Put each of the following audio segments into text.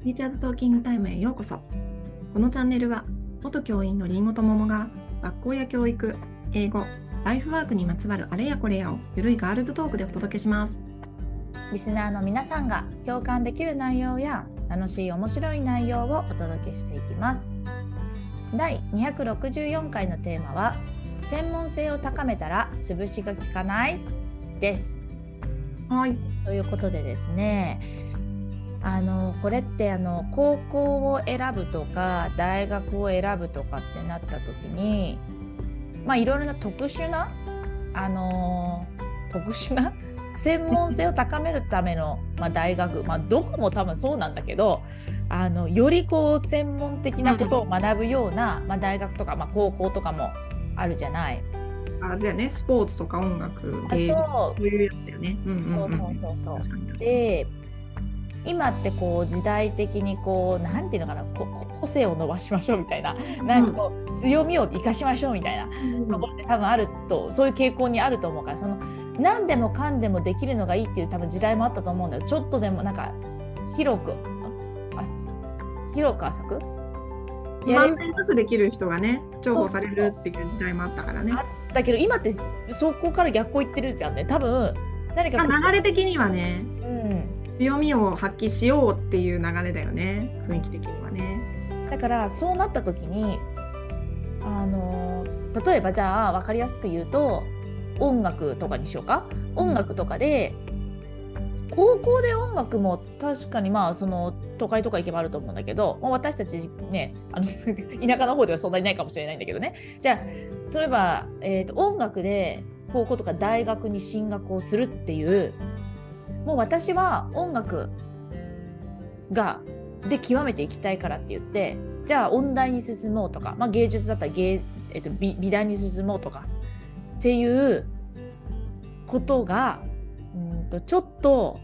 ティーチャーズトーキングタイムへようこそ。このチャンネルは元教員のりんごと桃が学校や教育、英語、ライフワークにまつわるあれやこれやをゆるいガールズトークでお届けします。 リスナーの皆さんが共感できる内容や楽しい面白い内容をお届けしていきます。第264回のテーマは専門性を高めたら潰しが効かないです。 はい。 ということでですね、これって高校を選ぶとか大学を選ぶとかってなった時に、いろいろな特殊な専門性を高めるための、大学、どこも多分そうなんだけど、より専門的なことを学ぶような、大学とか、高校とかもあるじゃない。 じゃあね、スポーツとか音楽、芸術、そういうやつだよね。 そう。で、今って時代的になんていうのかな、個性を伸ばしましょうみたいな、なんか強みを生かしましょうみたいなところって多分あると、そういう傾向にあると思うから、何でもかんでもできるのがいいっていう多分時代もあったと思うんだよ。ちょっとでもなんか広く浅くまんべんなくできる人がね重宝されるっていう時代もあったからね。 だけど今ってそこから逆行いってるじゃんね。多分何か流れ的にはね、強みを発揮しようっていう流れだよね、雰囲気的にはね。 だからそうなった時に例えばじゃあ分かりやすく言うと音楽とかにしようか。音楽とかで、高校で音楽も確かに都会とか行けばあると思うんだけど、私たちね田舎の方ではそんなにないかもしれないんだけどね。じゃあ例えば、音楽で高校とか大学に進学をするっていう、もう私は音楽で極めていきたいからって言って、じゃあ音大に進もうとか、芸術だったら美大に進もうとかっていうことがちょっと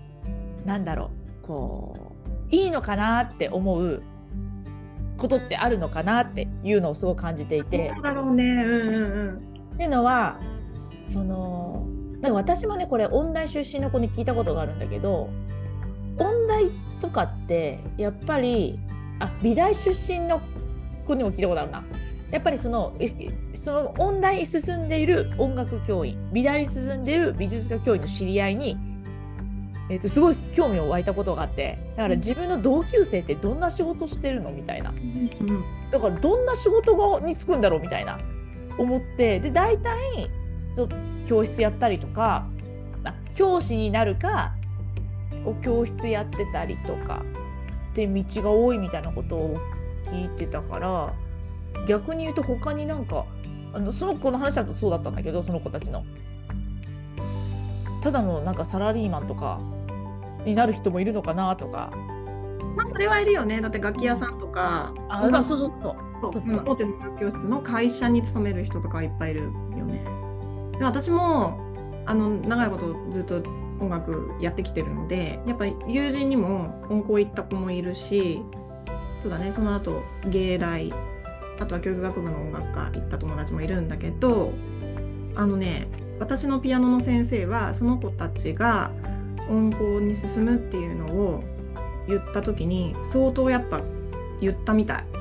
いいのかなって思うことってあるのかなっていうのをすごく感じていて。 そうだろうね。 っていうのはだから私もね、これ音大出身の子に聞いたことがあるんだけど、音大とかってやっぱり美大出身の子にも聞いたことあるな。やっぱりその音大に進んでいる音楽教員、美大に進んでいる美術科教員の知り合いに、すごい興味を湧いたことがあって、だから自分の同級生ってどんな仕事してるのみたいな、だからどんな仕事に就くんだろうみたいな思って、で大体教室やったりとか、教師になるか教室やってたりとかって道が多いみたいなことを聞いてたから、逆に言うと他にその子の話だとそうだったんだけど、その子たちのただのサラリーマンとかになる人もいるのかなとか。 それはいるよね。だって楽器屋さんとか、 そう大手の音楽教室の会社に勤める人とかいっぱいいるよね。で私も長いことずっと音楽やってきてるので、やっぱり友人にも音校行った子もいるし、そうだね、その後芸大、あとは教育学部の音楽科行った友達もいるんだけど、私のピアノの先生はその子たちが音校に進むっていうのを言った時に相当やっぱ言ったみたい。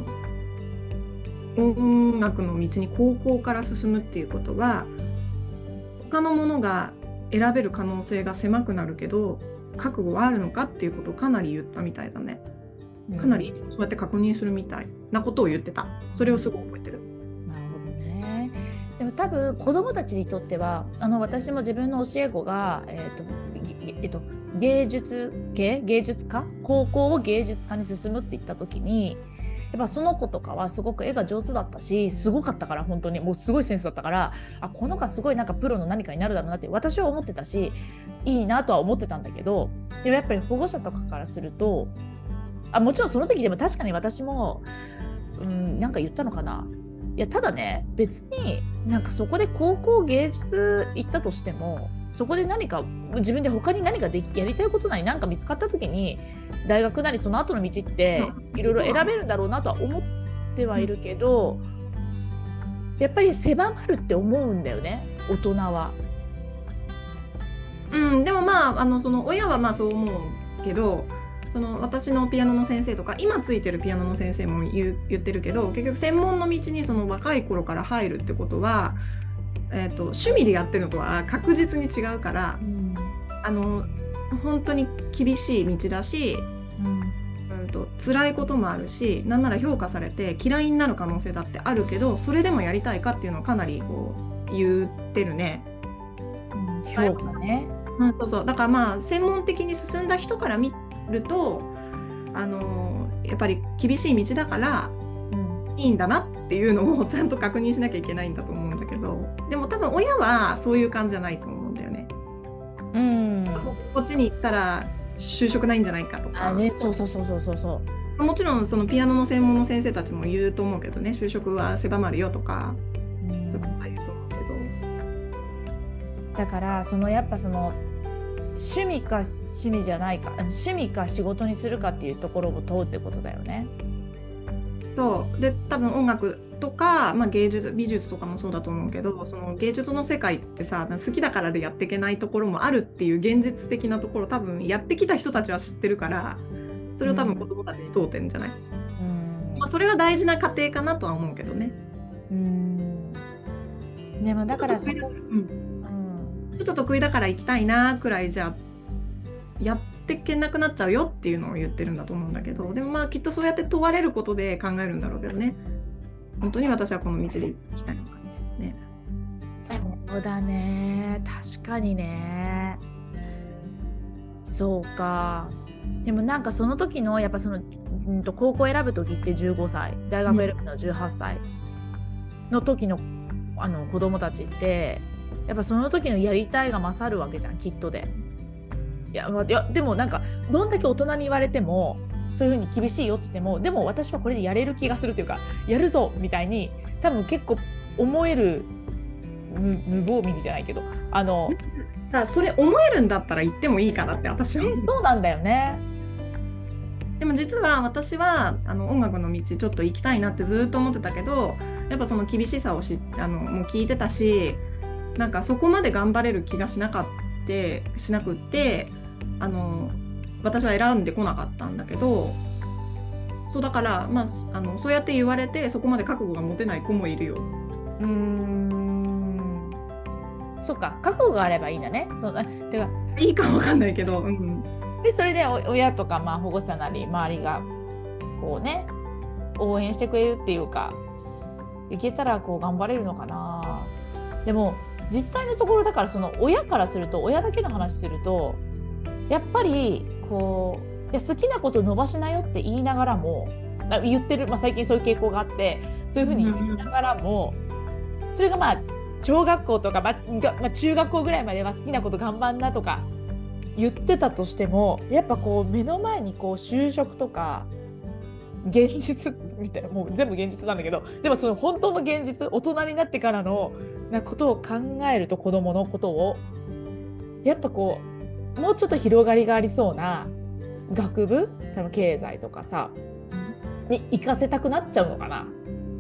音楽の道に高校から進むっていうことは他のものが選べる可能性が狭くなるけど覚悟はあるのかっていうことをかなり言ったみたいだね。かなりそうやって確認するみたいなことを言ってた。それをすごく覚えてる。 なるほどね。でも多分子どもたちにとっては私も自分の教え子が、芸術家、高校を芸術家に進むって言った時に、やっぱその子とかはすごく絵が上手だったし、すごかったから、本当にもうすごいセンスだったから、この子はすごいプロの何かになるだろうなって私は思ってたし、いいなとは思ってたんだけど、でもやっぱり保護者とかからすると、もちろんその時でも確かに私もなんか言ったのかな。いやただね、別にそこで高校芸術行ったとしても、そこで何か自分で他に何かやりたいことなり何か見つかった時に、大学なりその後の道っていろいろ選べるんだろうなとは思ってはいるけど、やっぱり狭まるって思うんだよね、大人は。 でもその親はそう思うけど、 その私のピアノの先生とか今ついてるピアノの先生も言ってるけど、結局専門の道にその若い頃から入るってことは、趣味でやってるのとは確実に違うから、本当に厳しい道だし、辛いこともあるし、なんなら評価されて嫌いになる可能性だってあるけど、それでもやりたいかっていうのをかなりこう言ってるね。 評価ね。 そうそう。だからまあ専門的に進んだ人から見ると、やっぱり厳しい道だから、いいんだなっていうのをちゃんと確認しなきゃいけないんだと思うんだけど、でも多分親はそういう感じじゃないと思うんだよね。こっちに行ったら就職ないんじゃないかとか。そうもちろんそのピアノの専門の先生たちも言うと思うけどね、就職は狭まるよとか、そういうことは言うと思うけど。だからやっぱ趣味か趣味じゃないか、趣味か仕事にするかっていうところを問うってことだよね。 そうで、多分音楽とか、芸術美術とかもそうだと思うけど、その芸術の世界ってさ、好きだからでやっていけないところもあるっていう現実的なところ、多分やってきた人たちは知ってるから、それを多分子供たちに問うてんじゃない？それは大事な過程かなとは思うけどね。 でもだからちょっと得意だから行きたいなくらいじゃやっていけなくなっちゃうよっていうのを言ってるんだと思うんだけど、でもきっとそうやって問われることで考えるんだろうけどね。本当に私はこの道で行きたいのかね。 そうだね、確かにね。そうか。でもなんかその時のやっぱ高校選ぶ時って15歳、大学選ぶのは18歳の時の子供たちってやっぱその時のやりたいが勝るわけじゃん、きっとで。いやでもなんかどんだけ大人に言われてもそういう風に厳しいよって言っても、でも私はこれでやれる気がするというか、やるぞみたいに多分結構思える無防備じゃないけどさあ、それ思えるんだったら言ってもいいかなって私は。 そうなんだよね。 でも実は私は音楽の道ちょっと行きたいなってずっと思ってたけど、やっぱその厳しさをもう聞いてたし、なんかそこまで頑張れる気がしなくって私は選んでこなかったんだけど、そうだから、そうやって言われてそこまで覚悟が持てない子もいるよ。 そっか、覚悟があればいいんだね。てかいいかもわかんないけど、 でそれで親とか保護者なり周りがこうね応援してくれるっていうか、いけたらこう頑張れるのかな。でも実際のところだから親からすると、親だけの話するとやっぱりこう好きなこと伸ばしなよって言いながらも言ってる、最近そういう傾向があって、そういうふうに言いながらも、それが小学校とか、中学校ぐらいまでは好きなこと頑張んなとか言ってたとしても、やっぱこう目の前にこう就職とか現実みたいな、もう全部現実なんだけど、でも本当の現実、大人になってからのことを考えると、子供のことをやっぱこうもうちょっと広がりがありそうな学部、多分経済とかさに行かせたくなっちゃうのかな。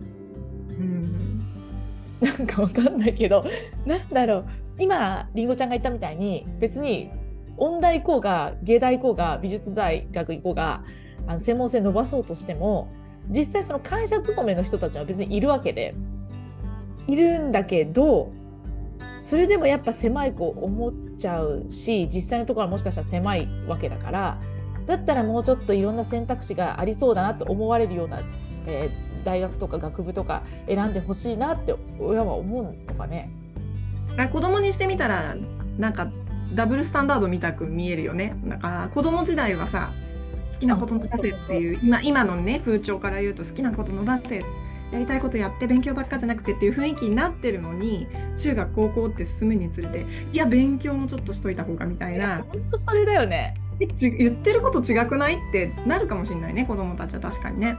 なんかわかんないけど、なんだろう、今りんごちゃんが言ったみたいに、別に音大行こうが芸大行こうが美術大学行こうが専門性伸ばそうとしても、実際会社勤めの人たちは別にいるわけでいるんだけど、それでもやっぱ狭い子思っちゃうし、実際のところはもしかしたら狭いわけだから、だったらもうちょっといろんな選択肢がありそうだなと思われるような、大学とか学部とか選んでほしいなって親は思うのかね。 子供にしてみたらなんかダブルスタンダードみたく見えるよね。なんか子供時代はさ、好きなこと伸ばせっていう、今のね風潮から言うと、好きなこと伸ばせ、やりたいことやって勉強ばっかじゃなくてっていう雰囲気になってるのに、中学高校って進むにつれて、いや勉強もちょっとしといた方がみたいな。 本当それだよね。 言ってること違くないってなるかもしれないね、子供たちは。確かにね。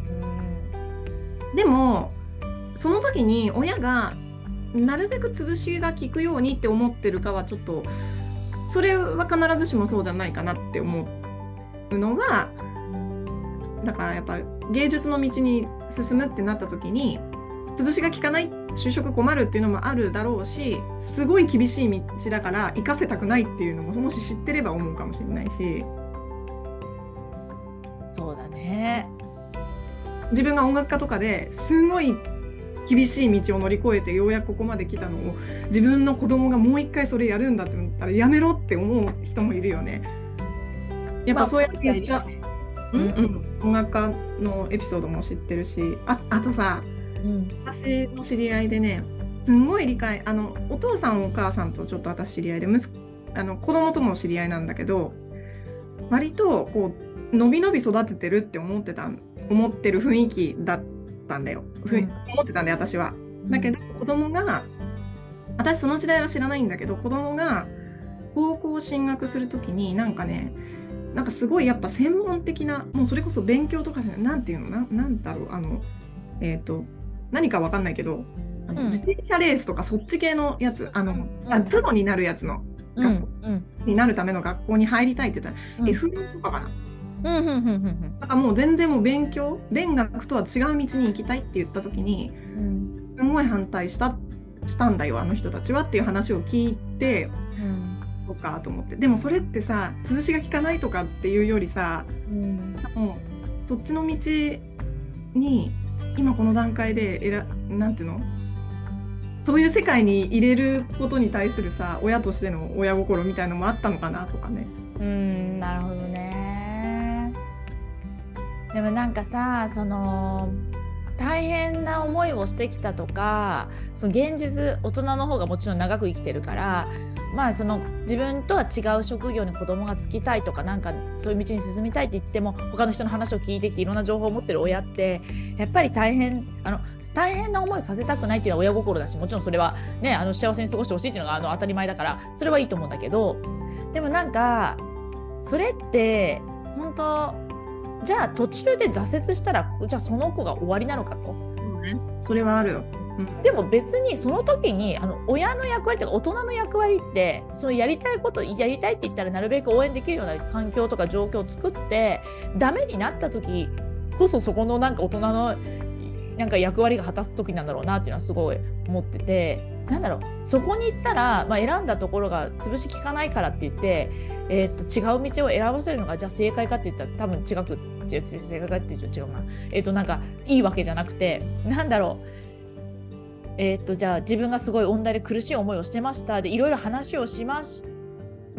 でもその時に親がなるべく潰しが効くようにって思ってるかはちょっと、それは必ずしもそうじゃないかなって思うのは、だからやっぱ芸術の道に進むってなった時に潰しが効かない、就職困るっていうのもあるだろうし、すごい厳しい道だから行かせたくないっていうのももし知ってれば思うかもしれないし、 そうだね。 自分が音楽家とかですごい厳しい道を乗り越えてようやくここまで来たのを、自分の子供がもう一回それやるんだって思ったらやめろって思う人もいるよね。やっぱそうやって言った、音楽家のエピソードも知ってるし、あとさ、私の知り合いでね、すんごい理解、お父さんお母さんとちょっと私知り合いで、子供とも知り合いなんだけど、割とこうのびのび育ててるって思ってる雰囲気だったんだよ、思ってたんで私は。だけど子供が、私その時代は知らないんだけど、子供が高校進学するときになんかすごいやっぱ専門的な、もうそれこそ勉強とかじゃない、なんていうの、なんだろう、何かわかんないけど、自転車レースとかそっち系のやつ、プロになるやつの学校になるための学校に入りたいって言ったら、F4 とかかな。だからもう全然もう勉学とは違う道に行きたいって言った時に、すごい反対したんだよあの人たちはっていう話を聞いて、そうかと思って。でもそれってさ、潰しが効かないとかっていうよりさ、もうそっちの道に今この段階でなんていうの、そういう世界に入れることに対するさ、親としての親心みたいなのもあったのかなとかね。 なるほどね。でもなんかさ、その大変な思いをしてきたとか、その現実、大人の方がもちろん長く生きてるから、まあその自分とは違う職業に子供が就きたいとか、なんかそういう道に進みたいって言っても、他の人の話を聞いてきていろんな情報を持ってる親ってやっぱり大変な思いをさせたくないっていうのは親心だし、もちろんそれはね、幸せに過ごしてほしいっていうのが当たり前だから、それはいいと思うんだけど、でもなんかそれって本当、じゃあ途中で挫折したら、じゃあその子が終わりなのかと。 それはあるよ。 でも別にその時に親の役割とか大人の役割って、そのやりたいことやりたいって言ったらなるべく応援できるような環境とか状況を作って、ダメになった時こそそこのなんか大人のなんか役割が果たす時なんだろうなっていうのはすごい思ってて、なんだろう、そこに行ったら、選んだところが潰し効かないからって言って、違う道を選ばせるのがじゃあ正解かって言ったら多分正解かって言うと違うな、なんかいいわけじゃなくて、なんだろう、じゃあ自分がすごい問題で苦しい思いをしてましたでいろいろ話をしました。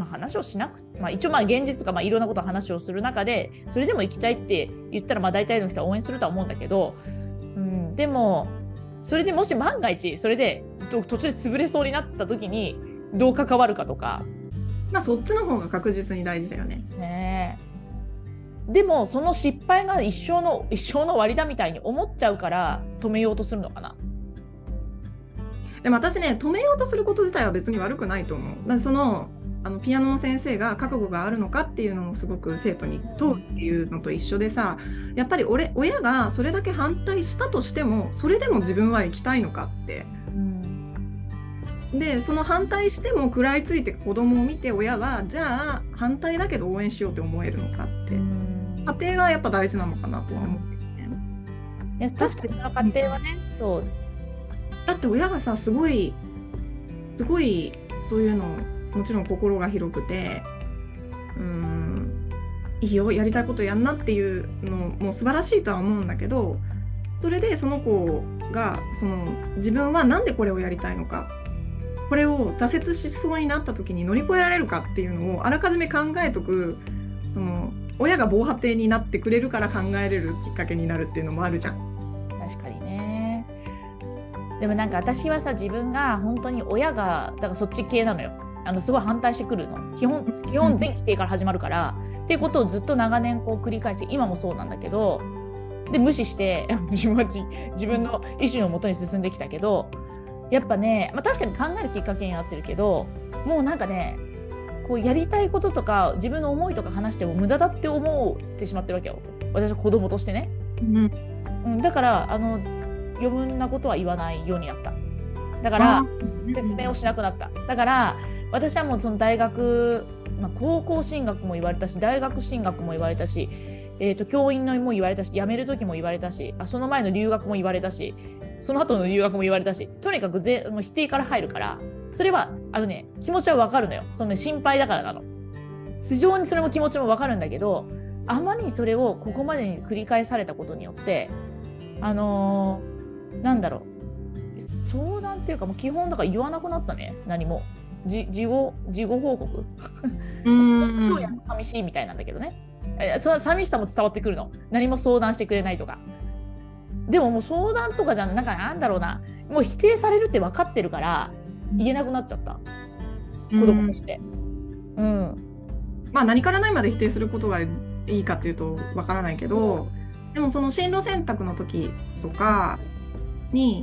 話をしなく、一応現実とかいろんなことを話をする中で、それでも行きたいって言ったら大体の人は応援するとは思うんだけど、でもそれでもし万が一それで途中で潰れそうになった時にどう関わるかとか、 そっちの方が確実に大事だよね。 でもその失敗が一生の終わりだみたいに思っちゃうから止めようとするのかな。 でも私ね、止めようとすること自体は別に悪くないと思う。だからそのピアノの先生が覚悟があるのかっていうのもすごく生徒に問うっていうのと一緒でさ、やっぱり親がそれだけ反対したとしても、それでも自分は行きたいのかって、でその反対しても食らいついて子供を見て、親はじゃあ反対だけど応援しようって思えるのかって、家庭がやっぱ大事なのかなとは思ってね。 いや確かにその家庭はね、そうだって親がさ、すごいそういうのもちろん心が広くて、いいよやりたいことやんなっていうのも素晴らしいとは思うんだけど、それでその子が自分はなんでこれをやりたいのか、これを挫折しそうになった時に乗り越えられるかっていうのをあらかじめ考えとく、親が防波堤になってくれるから考えれるきっかけになるっていうのもあるじゃん。 確かにね。でもなんか私はさ、自分が本当に親がだからそっち系なのよ。すごい反対してくるの。基本全否定から始まるから、っていうことをずっと長年こう繰り返して、今もそうなんだけど、で無視して自分の意思のもとに進んできたけど、やっぱね、確かに考えるきっかけになってるけど、もうなんかね、こうやりたいこととか自分の思いとか話しても無駄だって思ってしまってるわけよ、私は子供としてね。だから余分なことは言わないようになった。だから説明をしなくなった。だから私はもうその大学、高校進学も言われたし、大学進学も言われたし、教員のも言われたし、辞める時も言われたし、その前の留学も言われたし、その後の留学も言われたし、とにかくもう否定から入るから、それは気持ちは分かるのよ。その心配だからなの。非常にそれも気持ちも分かるんだけど、 あまりにそれをここまでに繰り返されたことによってなんだろう、相談っていうかもう基本だから言わなくなったね。何も事後報告どうやら寂しいみたいなんだけどね。その寂しさも伝わってくるの。何も相談してくれないとか。でももう相談とかじゃなんだろうな、もう否定されるって分かってるから言えなくなっちゃった、子供として。 まあ何から何まで否定することがいいかっていうと分からないけど、でもその進路選択の時とかに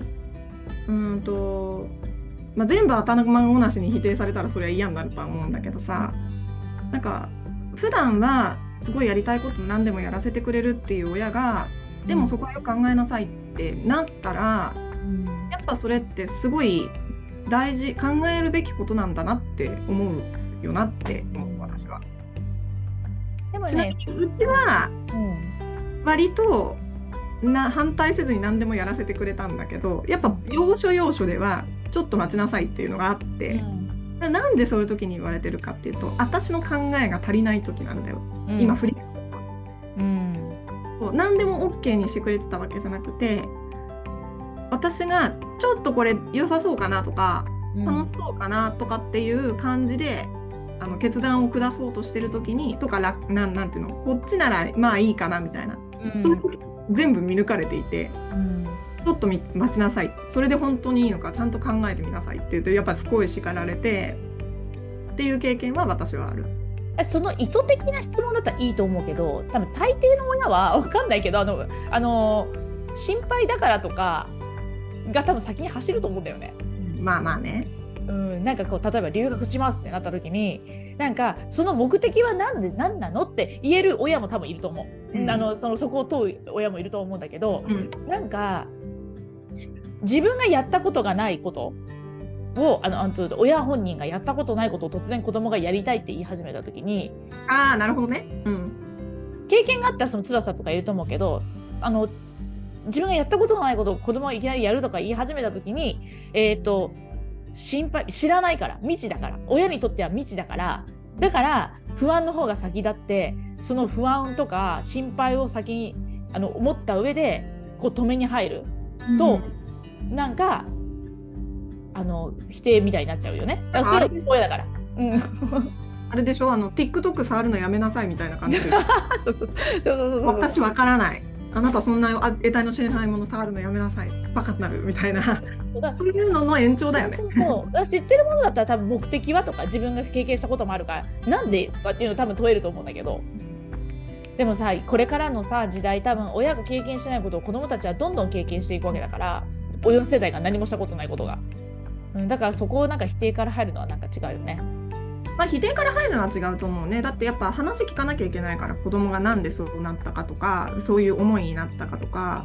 まあ、全部頭ごなしに否定されたらそれは嫌になるとは思うんだけどさ、なんか普段はすごいやりたいこと何でもやらせてくれるっていう親が、でもそこはよく考えなさいってなったら、やっぱそれってすごい大事、考えるべきことなんだなって思うよなって思う、私は。でもね、ちなみにうちは割と反対せずに何でもやらせてくれたんだけど、やっぱ要所要所ではちょっと待ちなさいっていうのがあって、なんでそういう時に言われてるかっていうと、私の考えが足りない時なんだよ、今振り返ると。そう、何でも OK にしてくれてたわけじゃなくて、私がちょっとこれ良さそうかなとか、楽しそうかなとかっていう感じで決断を下そうとしてる時にとか、なんていうの、こっちならまあいいかなみたいな、そういう時全部見抜かれていて、ちょっと待ちなさい、それで本当にいいのかちゃんと考えてみなさいって言うと、やっぱすごい叱られてっていう経験は私はある。 その意図的な質問だったらいいと思うけど、多分大抵の親は分かんないけど、心配だからとかが多分先に走ると思うんだよね。 まあまあね。 なんかこう例えば留学しますってなった時に、なんかその目的は何なのって言える親も多分いると思う。そこを問う親もいると思うんだけど、なんか自分がやったことがないことを親本人がやったことないことを突然子供がやりたいって言い始めた時に、 なるほどね、 経験があったらその辛さとか言うと思うけど、自分がやったことのないことを子供がいきなりやるとか言い始めた時に、心配、知らないから、未知だから、親にとっては未知だから不安の方が先立って、その不安とか心配を先に思った上でこう止めに入ると、なんか否定みたいになっちゃうよね。だからそれは親だから。 あれでしょ、TikTok 触るのやめなさいみたいな感じで私わからない、あなたそんな得体の知れないもの触るのやめなさい、バカになるみたいなそういうのの延長だよね。 そう知ってるものだったら多分目的はとか自分が経験したこともあるからなんでとかっていうの多分問えると思うんだけど、でもさ、これからのさ時代、多分親が経験してないことを子どもたちはどんどん経験していくわけだから、親世代が何もしたことないことが、だからそこをなんか否定から入るのはなんか違うよね。 まあ、否定から入るのは違うと思うね。だってやっぱ話聞かなきゃいけないから、子供がなんでそうなったかとか、そういう思いになったかとか、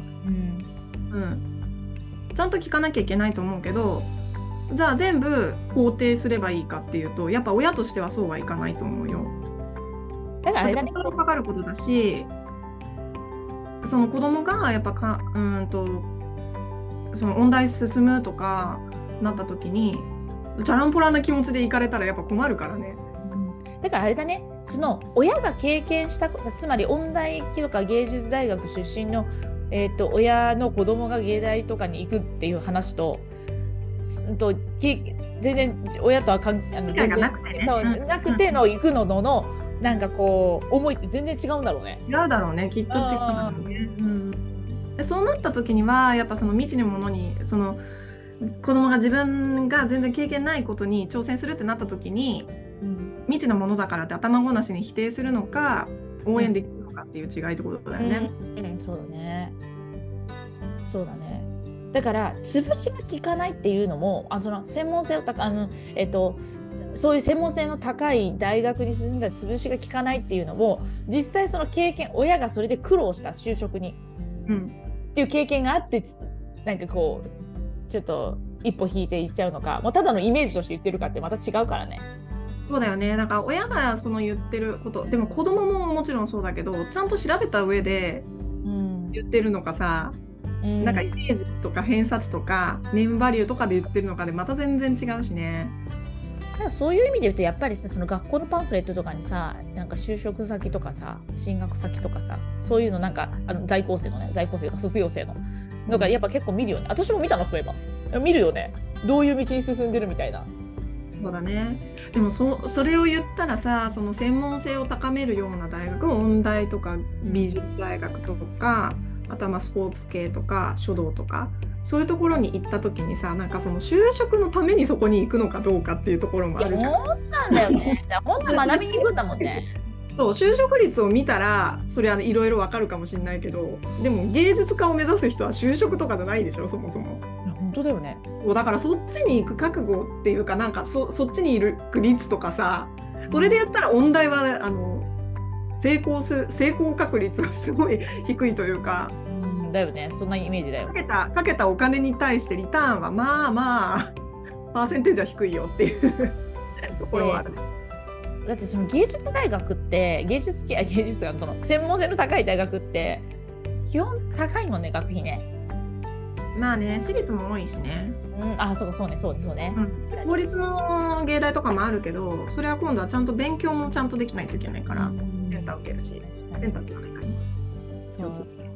ちゃんと聞かなきゃいけないと思うけど、じゃあ全部肯定すればいいかっていうと、やっぱ親としてはそうはいかないと思うよ。だからあれだね、お金もかかることだし、その子供がやっぱその音大進むとかなった時にチャランポラな気持ちで行かれたらやっぱ困るからね。 だからあれだね、その親が経験した、つまり音大とか芸術大学出身の、親の子供が芸大とかに行くっていう話と、全然親とは全然なくての行くののなんかこう思いって全然違うんだろうね。 違うだろうね、きっと違うだろうね。そうなった時にはやっぱその未知のものに、その子供が自分が全然経験ないことに挑戦するってなった時に、未知のものだからって頭ごなしに否定するのか応援できるのかっていう違いってことだよね。 そうだね。そうだね。だから潰しが効かないっていうのも、その専門性をそういう専門性の高い大学に進んだら潰しが効かないっていうのも、実際その経験、親がそれで苦労した就職に、っていう経験があって、なんかこうちょっと一歩引いていっちゃうのか、もうただのイメージとして言ってるかってまた違うからね。 そうだよね。なんか親がその言ってること、でも子供ももちろんそうだけど、ちゃんと調べた上で言ってるのかさ、なんかイメージとか偏差値とかネームバリューとかで言ってるのかでまた全然違うしね。 なんかそういう意味で言うとやっぱりさ、その学校のパンフレットとかにさ、なんか就職先とかさ、進学先とかさ、そういうのなんか在校生とか卒業生ののがやっぱ結構見るよね。私も見たの、そういえば見るよね。どういう道に進んでるみたいな。 そうだね。でもそれを言ったらさ、その専門性を高めるような大学、音大とか美術大学とか、あとはまあスポーツ系とか書道とか、そういうところに行った時にさ、なんかその就職のためにそこに行くのかどうかっていうところもあるじゃん。 そうなんだよね。本当は学びに行くんだもんね。 そう、就職率を見たらそれはいろいろわかるかもしれないけど、でも芸術家を目指す人は就職とかじゃないでしょ、そもそも。 いや本当だよね。 だからそっちに行く覚悟っていうか、なんかそっちに行く率とかさ、それでやったら音大は成功確率がすごい低いというか、 だよね、そんなイメージだよ。 かけたお金に対してリターンはまあまあパーセンテージは低いよっていうところはある。 だってその芸術大学って芸術がその専門性の高い大学って基本高いもんね、学費ね。 まあね、私立も多いしね。 そうね。 公立の芸大とかもあるけど、それは今度はちゃんと勉強もちゃんとできないといけないから、センター受けるし、センターって言わないかね。 そう。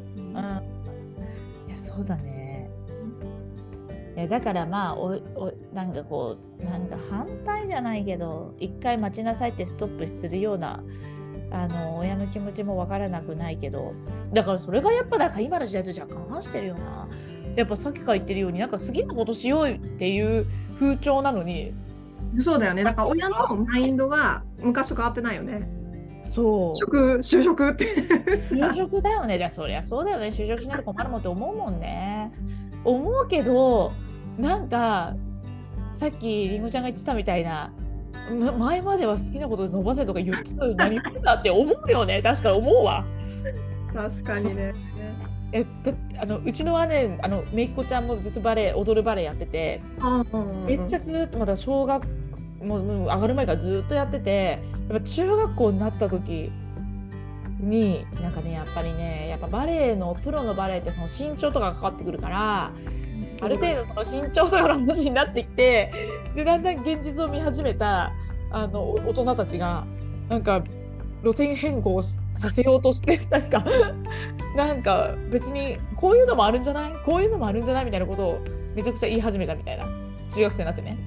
いや、そうだね。いやだからまあなんかこうなんか反対じゃないけど、一回待ちなさいってストップするような親の気持ちも分からなくないけど、だからそれがやっぱだから今の時代と若干反してるよな。やっぱさっきから言ってるように、なんか好きなことしようっていう風潮なのに。 そうだよね。だから親のマインドが昔と変わってないよね。 そう。 就職って就職だよね。そりゃそうだよね。就職しないと困るもんって思うもんね。思うけど、なんかさっきりんごちゃんが言ってたみたいな、前までは好きなことで伸ばせとか言ってたよ、何言うんだって思うよね。確かに思うわ。 確かにね。 うちの姉、めいっ子ちゃんもずっと踊るバレエやってて、めっちゃずっとまだ小学もう上がる前からずっとやってて、やっぱ中学校になった時になんかね、やっぱりね、やっぱバレエのプロのバレエってその身長とかかかってくるから、ある程度その身長とかの話になってきて、でだんだん現実を見始めた大人たちがなんか路線変更させようとしてなんか別にこういうのもあるんじゃないみたいなことをめちゃくちゃ言い始めたみたいな、中学生になってね。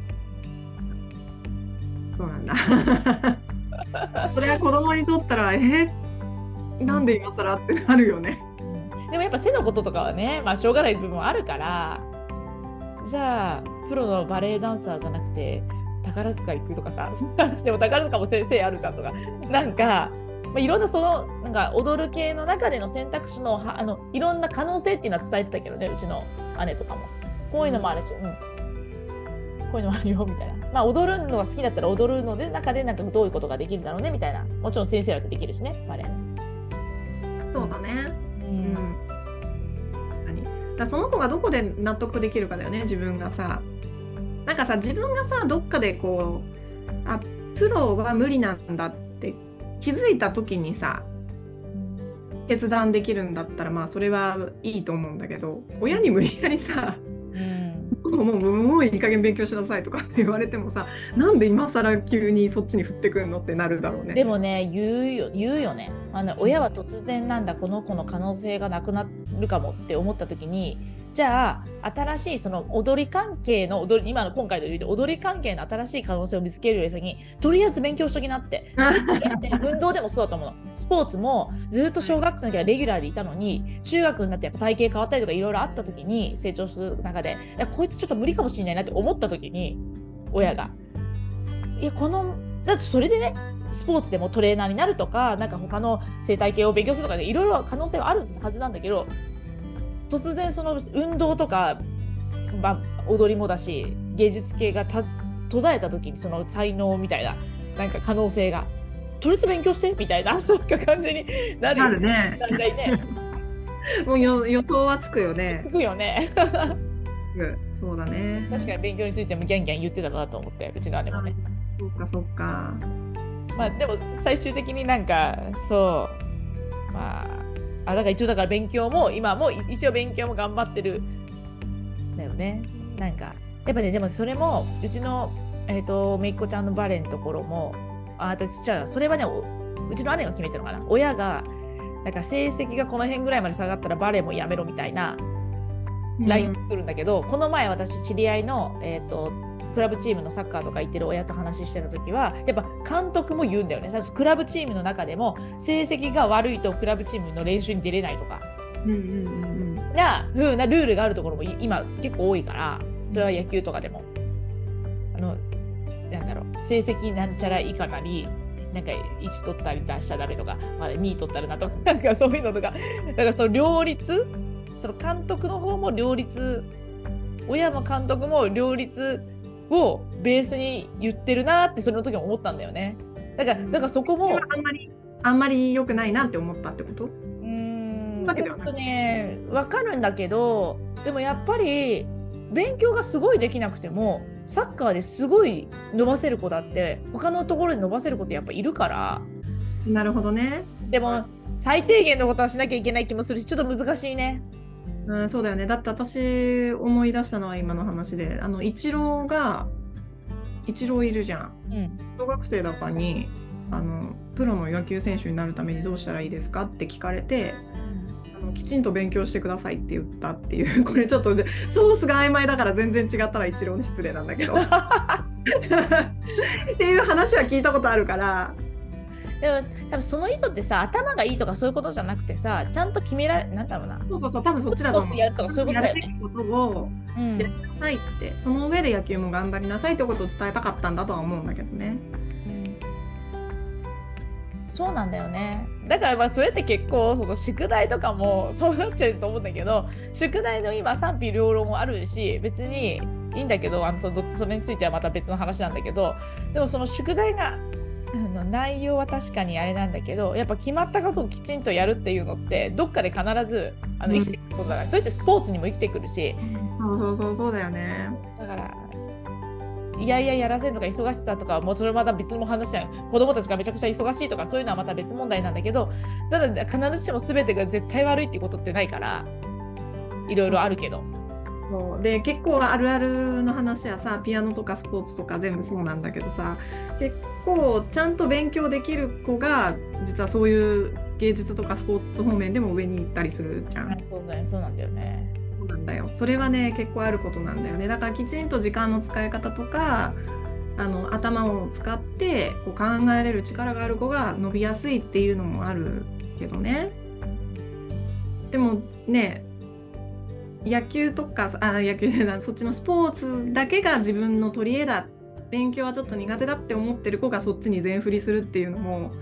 そうなんだそれは子供にとったらなんで今更ってなるよね。 でもやっぱ背のこととかはね、まあしょうがない部分はあるから、じゃあプロのバレエダンサーじゃなくて宝塚行くとかさ、そんな話でも宝塚も先生あるじゃんとか、なんか、いろんなそのなんか踊る系の中での選択肢のいろんな可能性っていうのは伝えてたけどね、うちの姉とかもこういうのもあるし、こういうのもあるよみたいな。まあ踊るのが好きだったら踊るので中でなんかどういうことができるだろうねみたいな。もちろん先生だってできるしね、バレエ。 そうだね。確かに。だその子がどこで納得できるかだよね、自分がさ。なんかさ、自分がさ、どっかでこう、プロは無理なんだって気づいた時にさ、決断できるんだったら、まあそれはいいと思うんだけど、親に無理やりさ、もういい加減勉強しなさいとかって言われてもさ、なんで今更急にそっちに振ってくるのってなるだろうね。 でもね、言うよね。親は突然なんだこの子の可能性がなくなるかもって思った時に、じゃあ新しいその踊り関係の今回の言うと踊り関係の新しい可能性を見つけるより先にとりあえず勉強しときなって運動でもそうだと思うの。スポーツもずっと小学生の時はレギュラーでいたのに、中学になってやっぱ体型変わったりとかいろいろあった時に、成長する中でいやこいつちょっと無理かもしれないなって思った時に、親がだってそれでね、スポーツでもトレーナーになるとか、なんか他の生態系を勉強するとかでいろいろ可能性はあるはずなんだけど、突然その運動とか、踊りもだし芸術系が途絶えた時に、その才能みたいななんか可能性がとりあえず勉強してみたいな感じになるね。もう予想はつくよね。 つくよねそうだね。 確かに勉強についてもギャンギャン言ってたなと思って、うちの姉もね。 そっか。 まあでも最終的になんかそうだから一応だから勉強も今も一応勉強も頑張ってるだよね。なんかやっぱね、でもそれもうちの姪っ子ちゃんのバレーのところも、それはね、うちの姉が決めてるのかな。親がなんか成績がこの辺ぐらいまで下がったらバレーもやめろみたいなラインを作るんだけど、この前私知り合いの、クラブチームのサッカーとか行ってる親と話してた時は、やっぱ監督も言うんだよね。クラブチームの中でも成績が悪いとクラブチームの練習に出れないとか、な風なルールがあるところも今結構多いから、それは野球とかでもなんだろう、成績なんちゃら以下なり、なんか1取ったり出したらダメとか、まあ、2取ったらなとか、なんかそういうのとか、だからその両立、その監督の方も両立、親も監督も両立をベースに言ってるなってその時も思ったんだよね。だからそこもあんまり良くないなって思ったってこと？ わかるんだけど、でもやっぱり勉強がすごいできなくてもサッカーですごい伸ばせる子だって他のところで伸ばせる子ってやっぱいるから。 なるほどね。 でも最低限のことはしなきゃいけない気もするし、ちょっと難しいね。 そうだよね。だって私思い出したのは今の話で、イチローいるじゃん。小学生だかにプロの野球選手になるためにどうしたらいいですかって聞かれて、きちんと勉強してくださいって言ったっていう、これちょっとソースが曖昧だから全然違ったらイチローに失礼なんだけどっていう話は聞いたことあるから。 でも多分その意図ってさ、頭がいいとかそういうことじゃなくてさ、ちゃんと決められ、なんだろうな、 そう多分そっちだと思う。 やるとかそういうことだよね。 やるべきことをやりなさいって、その上で野球も頑張りなさいってことを伝えたかったんだとは思うんだけどね。 そうなんだよね。だからまあそれって結構その宿題とかもそうなっちゃうと思うんだけど、宿題の今賛否両論もあるし別にいいんだけど、それについてはまた別の話なんだけど、でもその宿題が内容は確かにあれなんだけど、やっぱ決まったことをきちんとやるっていうのってどっかで必ず生きてくることだから、それってスポーツにも生きてくるし、 そうだよね。 だからいややらせるとか忙しさとかもうそれまた別の話だよ。子供たちがめちゃくちゃ忙しいとかそういうのはまた別問題なんだけど、ただ必ずしも全てが絶対悪いっていうことってないから、いろいろあるけど。 そうで結構あるあるの話はさ、ピアノとかスポーツとか全部そうなんだけどさ、結構ちゃんと勉強できる子が実はそういう芸術とかスポーツ方面でも上に行ったりするじゃん。 そうなんだよね。 そうなんだよ。それはね結構あることなんだよね。だからきちんと時間の使い方とか頭を使ってこう考えれる力がある子が伸びやすいっていうのもあるけどね。でもね、野球とか野球じゃない、そっちのスポーツだけが自分の取り柄だ、勉強はちょっと苦手だって思ってる子がそっちに全振りするっていうのも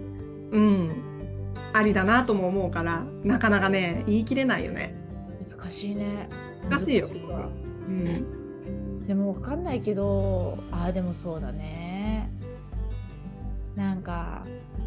ありだなとも思うから、なかなかね言い切れないよね。 難しいね。 難しいよ。 でも分かんないけど、でもそうだね。なんか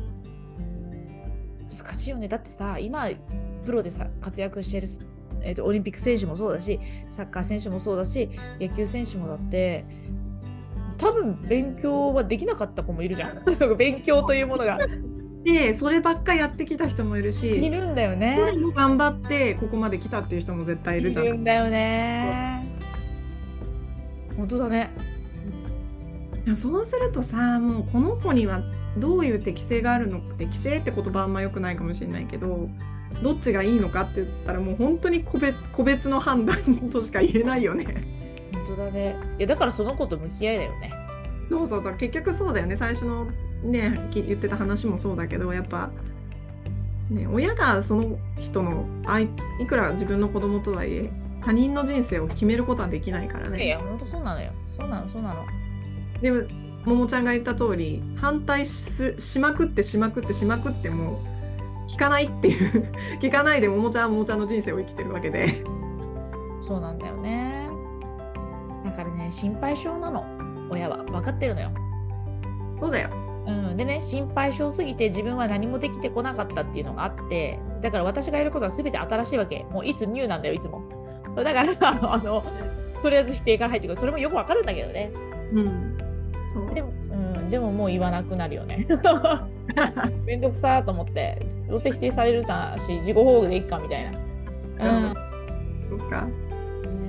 難しいよね。だってさ、今プロでさ活躍してるオリンピック選手もそうだし、サッカー選手もそうだし、野球選手もだって多分勉強はできなかった子もいるじゃん勉強というものがでそればっかやってきた人もいるし、 いるんだよね。 頑張ってここまで来たっていう人も絶対いるじゃん。 いるんだよね。本当だね。 いやそうするとさ、もうこの子にはどういう適性があるのか、適性って言葉あんま良くないかもしれないけど、どっちがいいのかって言ったらもう本当に個別の判断としか言えないよね。 本当だね。いやだからその子と向き合いだよね。 そう結局そうだよね。最初のね言ってた話もそうだけど、やっぱね、親がその人のいくら自分の子供とはいえ他人の人生を決めることはできないからね。 いや本当そうなのよ。そうなの。 でもももちゃんが言った通り、反対しまくっても聞かないっていう聞かないでももちゃんの人生を生きてるわけで。 そうなんだよね。だからね、心配性なの、親は。分かってるのよ。 そうだよ。 でね、心配性すぎて自分は何もできてこなかったっていうのがあって、だから私がやることは全て新しいわけ。もういつニューなんだよ、いつも。だからとりあえず否定から入ってくる。それもよく分かるんだけどね。そうでももう言わなくなるよね。めんどくさーと思って、どうせ否定されるし自己保護でいいかみたいな。 そっか。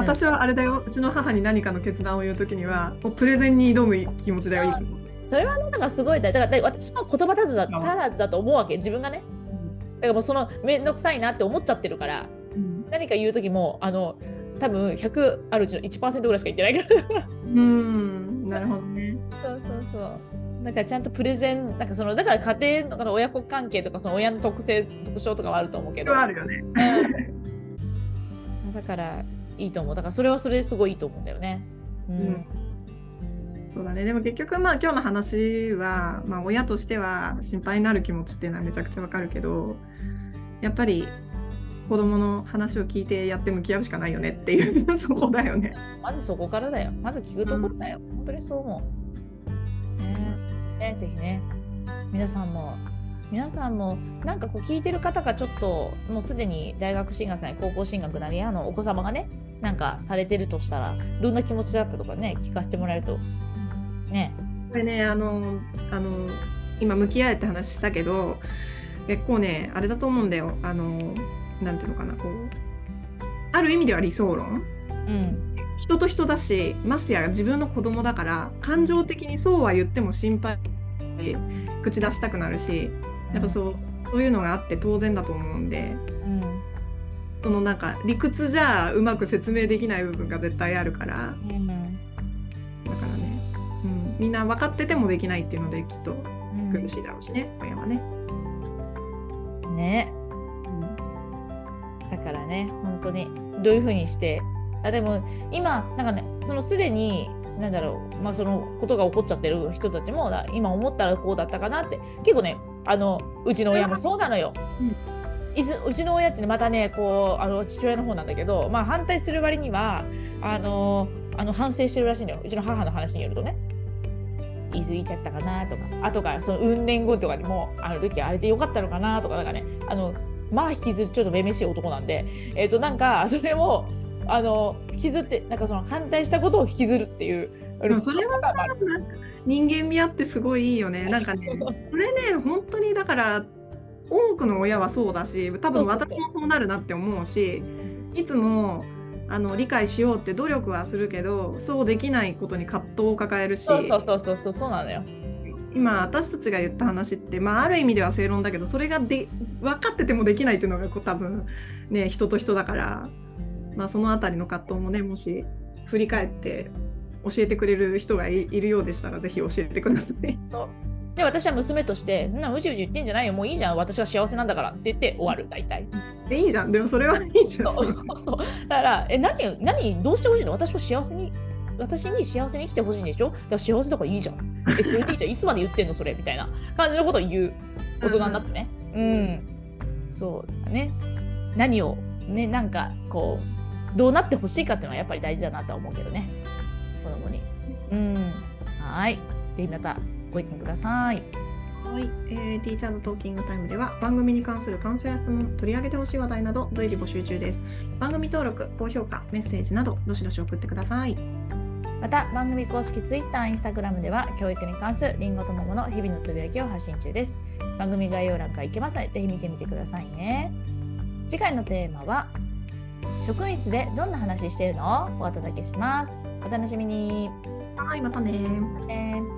私はあれだよ、うちの母に何かの決断を言うときには、もうプレゼンに挑む気持ちだよ、いつも。 それはなんかすごいだから私も言葉足らずだと思うわけ、自分がね。だからもうそのめんどくさいなって思っちゃってるから、何か言うときも多分100あるうちの 1% ぐらいしか言ってないからなるほどね。 そうだからちゃんとプレゼンだから家庭の親子関係とかその親の特徴とかはあると思うけどあるよね。 だからいいと思う。だからそれはそれですごいいいと思うんだよね。 そうだね。でも結局今日の話は、親としては心配になる気持ちっていうのはめちゃくちゃわかるけど、やっぱり子供の話を聞いてやって向き合うしかないよねっていうそこだよね。 まずそこからだよ。まず聞くところだよ。本当にそう思う。ぜひね、皆さんもなんかこう聞いてる方がちょっともうすでに大学進学なり高校進学なりお子様がねなんかされてるとしたらどんな気持ちだったとかね聞かせてもらえるとね。 これね今向き合えって話したけど結構ねあれだと思うんだよ。なんていうのかなこうある意味では理想論。人と人だしましてや自分の子供だから感情的にそうは言っても心配口出したくなるしやっぱそういうのがあって当然だと思うんで、そのなんか理屈じゃうまく説明できない部分が絶対あるから、だからね、みんな分かっててもできないっていうのできっと苦しいだろうしね、親はね。 ね、だからね本当にどういうふうにしてでも今なんかねそのすでになんだろうそのことが起こっちゃってる人たちも今思ったらこうだったかなって結構ねうちの親もそうなのよ。うちの親ってねまたねこう父親の方なんだけど反対する割には反省してるらしいのよ。うちの母の話によるとね言い過ぎちゃったかなとか後からその運年後とかにもある時あれでよかったのかなとかなんかね引きずるちょっとめめしい男なんでなんかそれを引きずってなんかその反対したことを引きずるっていう。 でもそれはさなんか人間味あってすごいいいよね。なんかねこれね本当にだから多くの親はそうだし多分私もそうなるなって思うしいつも理解しようって努力はするけどそうできないことに葛藤を抱えるしそうなのよ。 今私たちが言った話ってある意味では正論だけどそれが分かっててもできないっていうのが多分ね人と人だからそのあたりの葛藤もねもし振り返って教えてくれる人がいるようでしたらぜひ教えてください。 で私は娘としてそんなうじうじ言ってんじゃないよもういいじゃん私は幸せなんだからって言って終わる大体。 いいじゃんでもそれはいいじゃん。 そうだから何どうしてほしいの私に幸せに生きてほしいんでしょだから幸せだからいいじゃんそれでいいじゃんいつまで言ってんのそれみたいな感じのことを言う大人になってね。そうだね何をねなんかこうどうなってほしいかっていうのはやっぱり大事だなとは思うけどね子供に。はいでまたご意見ください。 はい、ティーチャーズトーキングタイムでは番組に関する感想や質問、取り上げてほしい話題など随時募集中です。番組登録、高評価、メッセージなどどしどし送ってください。 また番組公式 Twitter、Instagram では教育に関するりんごと桃の日々のつぶやきを発信中です。番組概要欄から行けますのでぜひ見てみてくださいね。次回のテーマは職員室でどんな話しているのをお届けします。お楽しみに。 はい、またね。